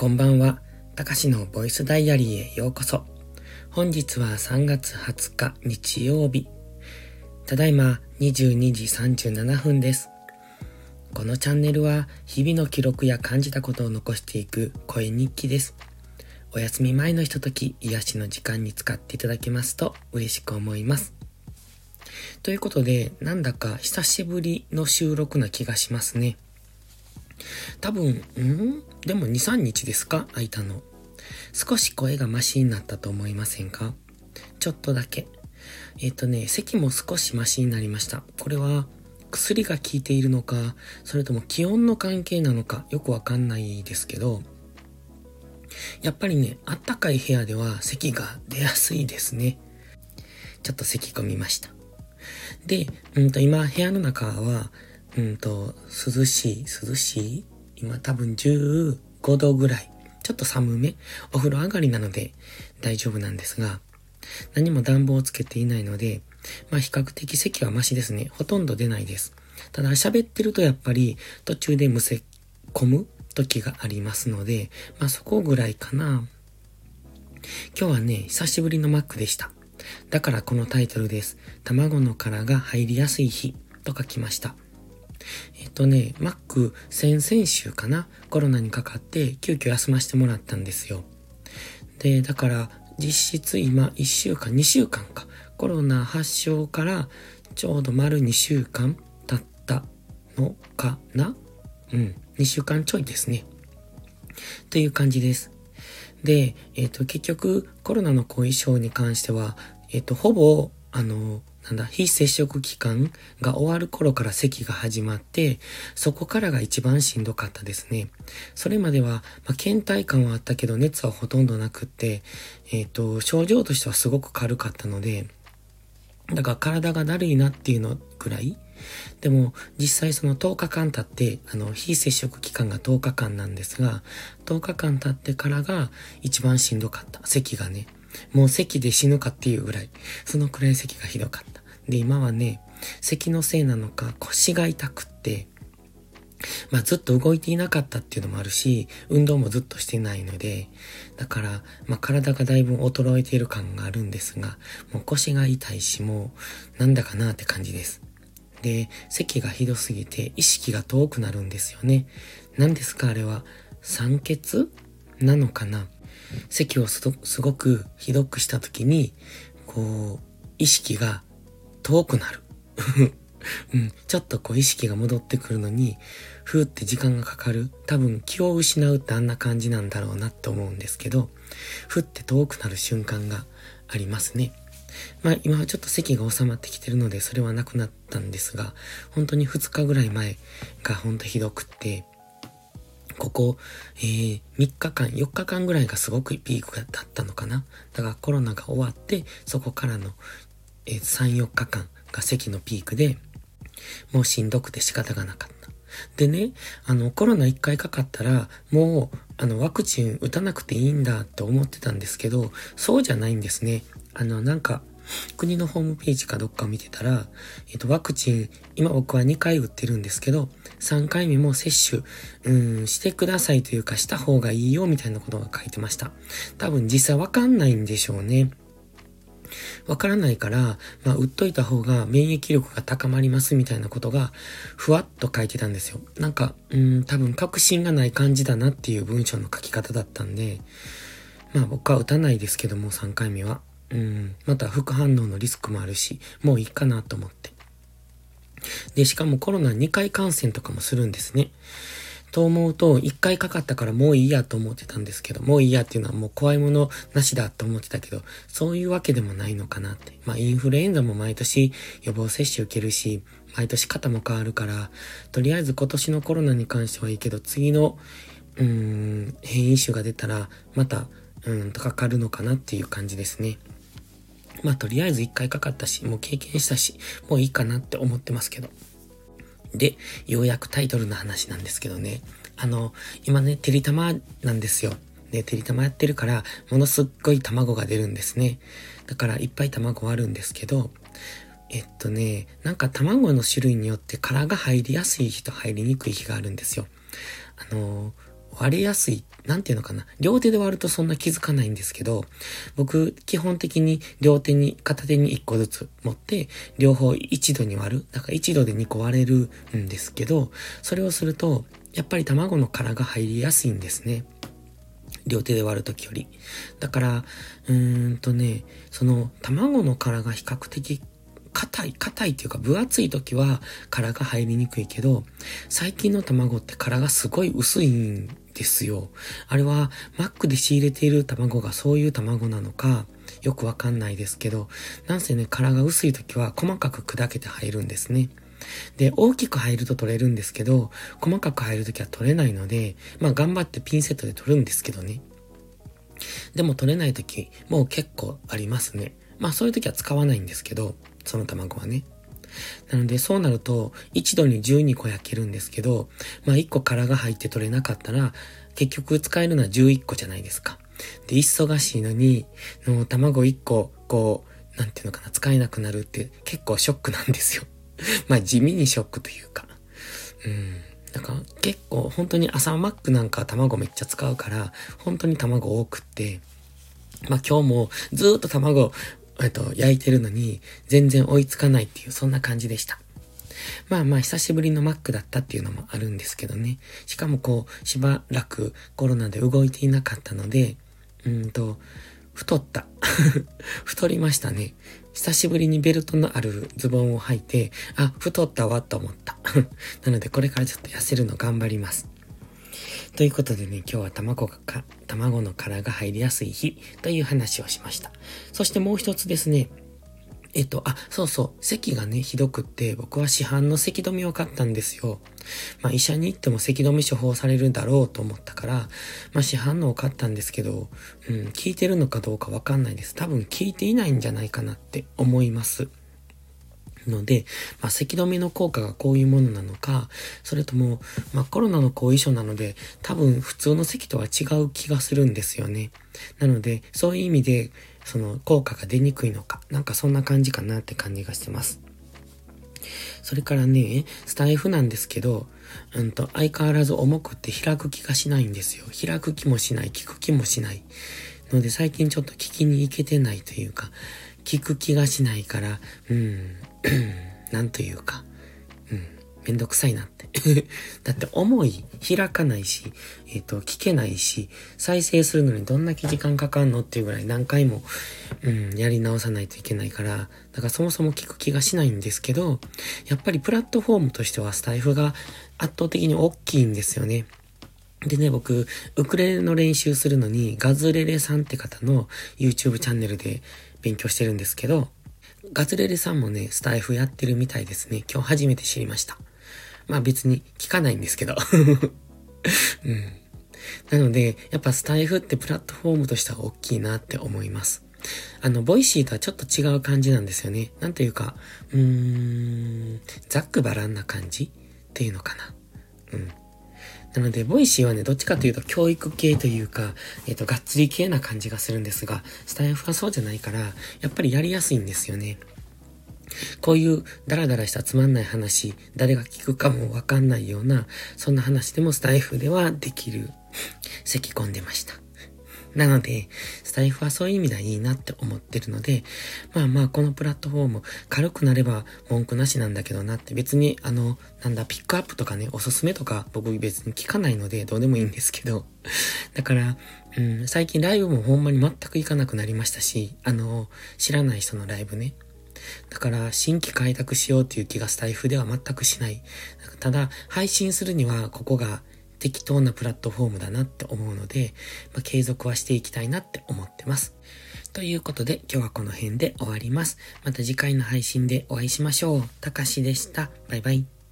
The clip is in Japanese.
こんばんは。たかしのボイスダイアリーへようこそ。本日は3月20日日曜日。ただいま22時37分です。このチャンネルは日々の記録や感じたことを残していく声日記です。お休み前のひととき、癒しの時間に使っていただけますと嬉しく思います。ということで、なんだか久しぶりの収録な気がしますね。多分、でも2、3日ですか？空いたの。少し声がマシになったと思いませんか？ちょっとだけ。咳も少しマシになりました。これは薬が効いているのか、それとも気温の関係なのかよくわかんないですけど、やっぱりね、あったかい部屋では咳が出やすいですね。ちょっと咳込みました。で、今部屋の中は、涼しい今多分15度ぐらい。ちょっと寒め。お風呂上がりなので大丈夫なんですが、何も暖房をつけていないので、比較的咳はマシですね。ほとんど出ないです。ただ喋ってるとやっぱり途中でむせ込む時がありますので、そこぐらいかな。今日はね、久しぶりのマックでした。だからこのタイトルです。卵の殻が入りやすい日と書きました。マック先々週かな、コロナにかかって急遽休ませてもらったんですよ。で、だから実質今1週間、2週間か。コロナ発症からちょうど丸2週間経ったのかな2週間ちょいですね。という感じです。で、結局コロナの後遺症に関しては、ほぼ、非接触期間が終わる頃から咳が始まって、そこからが一番しんどかったですね。それまでは、倦怠感はあったけど熱はほとんどなくって、症状としてはすごく軽かったので、だから体がだるいなっていうのくらい。でも実際その10日間経って、非接触期間が10日間なんですが、10日間経ってからが一番しんどかった。咳がね。もう咳で死ぬかっていうぐらい、そのくらい咳がひどかった。で、今はね、咳のせいなのか腰が痛くって、ずっと動いていなかったっていうのもあるし、運動もずっとしてないので、だから、体がだいぶ衰えている感があるんですが、もう腰が痛いし、もう、なんだかなって感じです。で、咳がひどすぎて意識が遠くなるんですよね。何ですかあれは、酸欠なのかな。咳をすごくひどくしたときに、意識が遠くなる。ちょっと意識が戻ってくるのに、ふーって時間がかかる。多分気を失うってあんな感じなんだろうなって思うんですけど、ふって遠くなる瞬間がありますね。今はちょっと咳が収まってきてるので、それはなくなったんですが、本当に2日ぐらい前が本当ひどくって、ここ、3日間、4日間ぐらいがすごくピークだったのかな。だからコロナが終わって、そこからの、3、4日間が咳のピークで、もうしんどくて仕方がなかった。でね、コロナ1回かかったら、もう、ワクチン打たなくていいんだって思ってたんですけど、そうじゃないんですね。国のホームページかどっかを見てたら、ワクチン、今僕は2回打ってるんですけど、3回目も接種、してくださいというか、した方がいいよみたいなことが書いてました。多分実際わかんないんでしょうね。わからないから、打っといた方が免疫力が高まりますみたいなことが、ふわっと書いてたんですよ。多分確信がない感じだなっていう文章の書き方だったんで、僕は打たないですけども、3回目は。また副反応のリスクもあるし、もういいかなと思って。で、しかもコロナ2回感染とかもするんですね。と思うと、1回かかったからもういいやと思ってたんですけど、もういいやっていうのはもう怖いものなしだと思ってたけど、そういうわけでもないのかなって。インフルエンザも毎年予防接種受けるし、毎年型も変わるから、とりあえず今年のコロナに関してはいいけど、次の、変異種が出たら、また、かかるのかなっていう感じですね。とりあえず1回かかったし、もう経験したし、もういいかなって思ってますけど。で、ようやくタイトルの話なんですけどね。今ね、てりたまなんですよ。で、てりたまやってるから、ものすっごい卵が出るんですね。だから、いっぱい卵あるんですけど、卵の種類によって殻が入りやすい日と入りにくい日があるんですよ。 割れやすい、なんていうのかな。両手で割るとそんな気づかないんですけど、僕、基本的に片手に1個ずつ持って、両方一度に割る。だから一度で2個割れるんですけど、それをすると、やっぱり卵の殻が入りやすいんですね。両手で割るときより。だから、その卵の殻が比較的硬いっていうか分厚いときは殻が入りにくいけど、最近の卵って殻がすごい薄いんですよ。あれはマックで仕入れている卵がそういう卵なのかよくわかんないですけど、なんせね、殻が薄いときは細かく砕けて入るんですね。で、大きく入ると取れるんですけど、細かく入るときは取れないので、頑張ってピンセットで取るんですけどね。でも取れないときもう結構ありますね。そういうときは使わないんですけど、その卵はね。なのでそうなると一度に12個焼けるんですけど、1個殻が入って取れなかったら結局使えるのは11個じゃないですか。で、忙しいのに、卵1個なんていうのかな、使えなくなるって結構ショックなんですよ。地味にショックというか。だから結構本当に朝マックなんか卵めっちゃ使うから、本当に卵多くって、今日もずーっと卵焼いてるのに全然追いつかないっていう、そんな感じでした。久しぶりのマックだったっていうのもあるんですけどね。しかもしばらくコロナで動いていなかったので、太った。太りましたね。久しぶりにベルトのあるズボンを履いて、太ったわと思った。なのでこれからちょっと痩せるの頑張ります。ということでね、今日は卵の殻が入りやすい日という話をしました。そしてもう一つですね、咳がね、ひどくって、僕は市販の咳止めを買ったんですよ。医者に行っても咳止め処方されるだろうと思ったから、市販のを買ったんですけど、効いてるのかどうかわかんないです。多分効いていないんじゃないかなって思います。ので、咳止めの効果がこういうものなのか、それとも、コロナの後遺症なので、多分普通の咳とは違う気がするんですよね。なので、そういう意味で、その効果が出にくいのか、なんかそんな感じかなって感じがしてます。それからね、スタイフなんですけど、相変わらず重くって開く気がしないんですよ。開く気もしない、聞く気もしない。ので最近ちょっと聞きに行けてないというか、聞く気がしないから、なんというか、めんどくさいなって。だって重い、開かないし、聞けないし、再生するのにどんだけ時間かかんのっていうぐらい何回も、やり直さないといけないから、だからそもそも聞く気がしないんですけど、やっぱりプラットフォームとしてはスタイフが圧倒的に大きいんですよね。でね、僕、ウクレレの練習するのに、ガズレレさんって方の YouTube チャンネルで勉強してるんですけど、ガズレレさんもね、スタイフやってるみたいですね。今日初めて知りました。別に聞かないんですけど。なので、やっぱスタイフってプラットフォームとしては大きいなって思います。ボイシーとはちょっと違う感じなんですよね。なんというか、ざっくばらんな感じっていうのかな。なので、ボイシーはね、どっちかというと教育系というか、がっつり系な感じがするんですが、スタイフはそうじゃないから、やっぱりやりやすいんですよね。こういうダラダラしたつまんない話、誰が聞くかもわかんないような、そんな話でもスタイフではできる。咳込んでました。なので、スタイフはそういう意味ではいいなって思ってるので、このプラットフォーム、軽くなれば文句なしなんだけどなって、別にピックアップとかね、おすすめとか僕別に聞かないのでどうでもいいんですけど、だから、最近ライブもほんまに全く行かなくなりましたし、知らない人のライブね。だから新規開拓しようっていう気がスタイフでは全くしない。ただ配信するにはここが適当なプラットフォームだなって思うので、継続はしていきたいなって思ってます。ということで今日はこの辺で終わります。また次回の配信でお会いしましょう。たかしでした。バイバイ。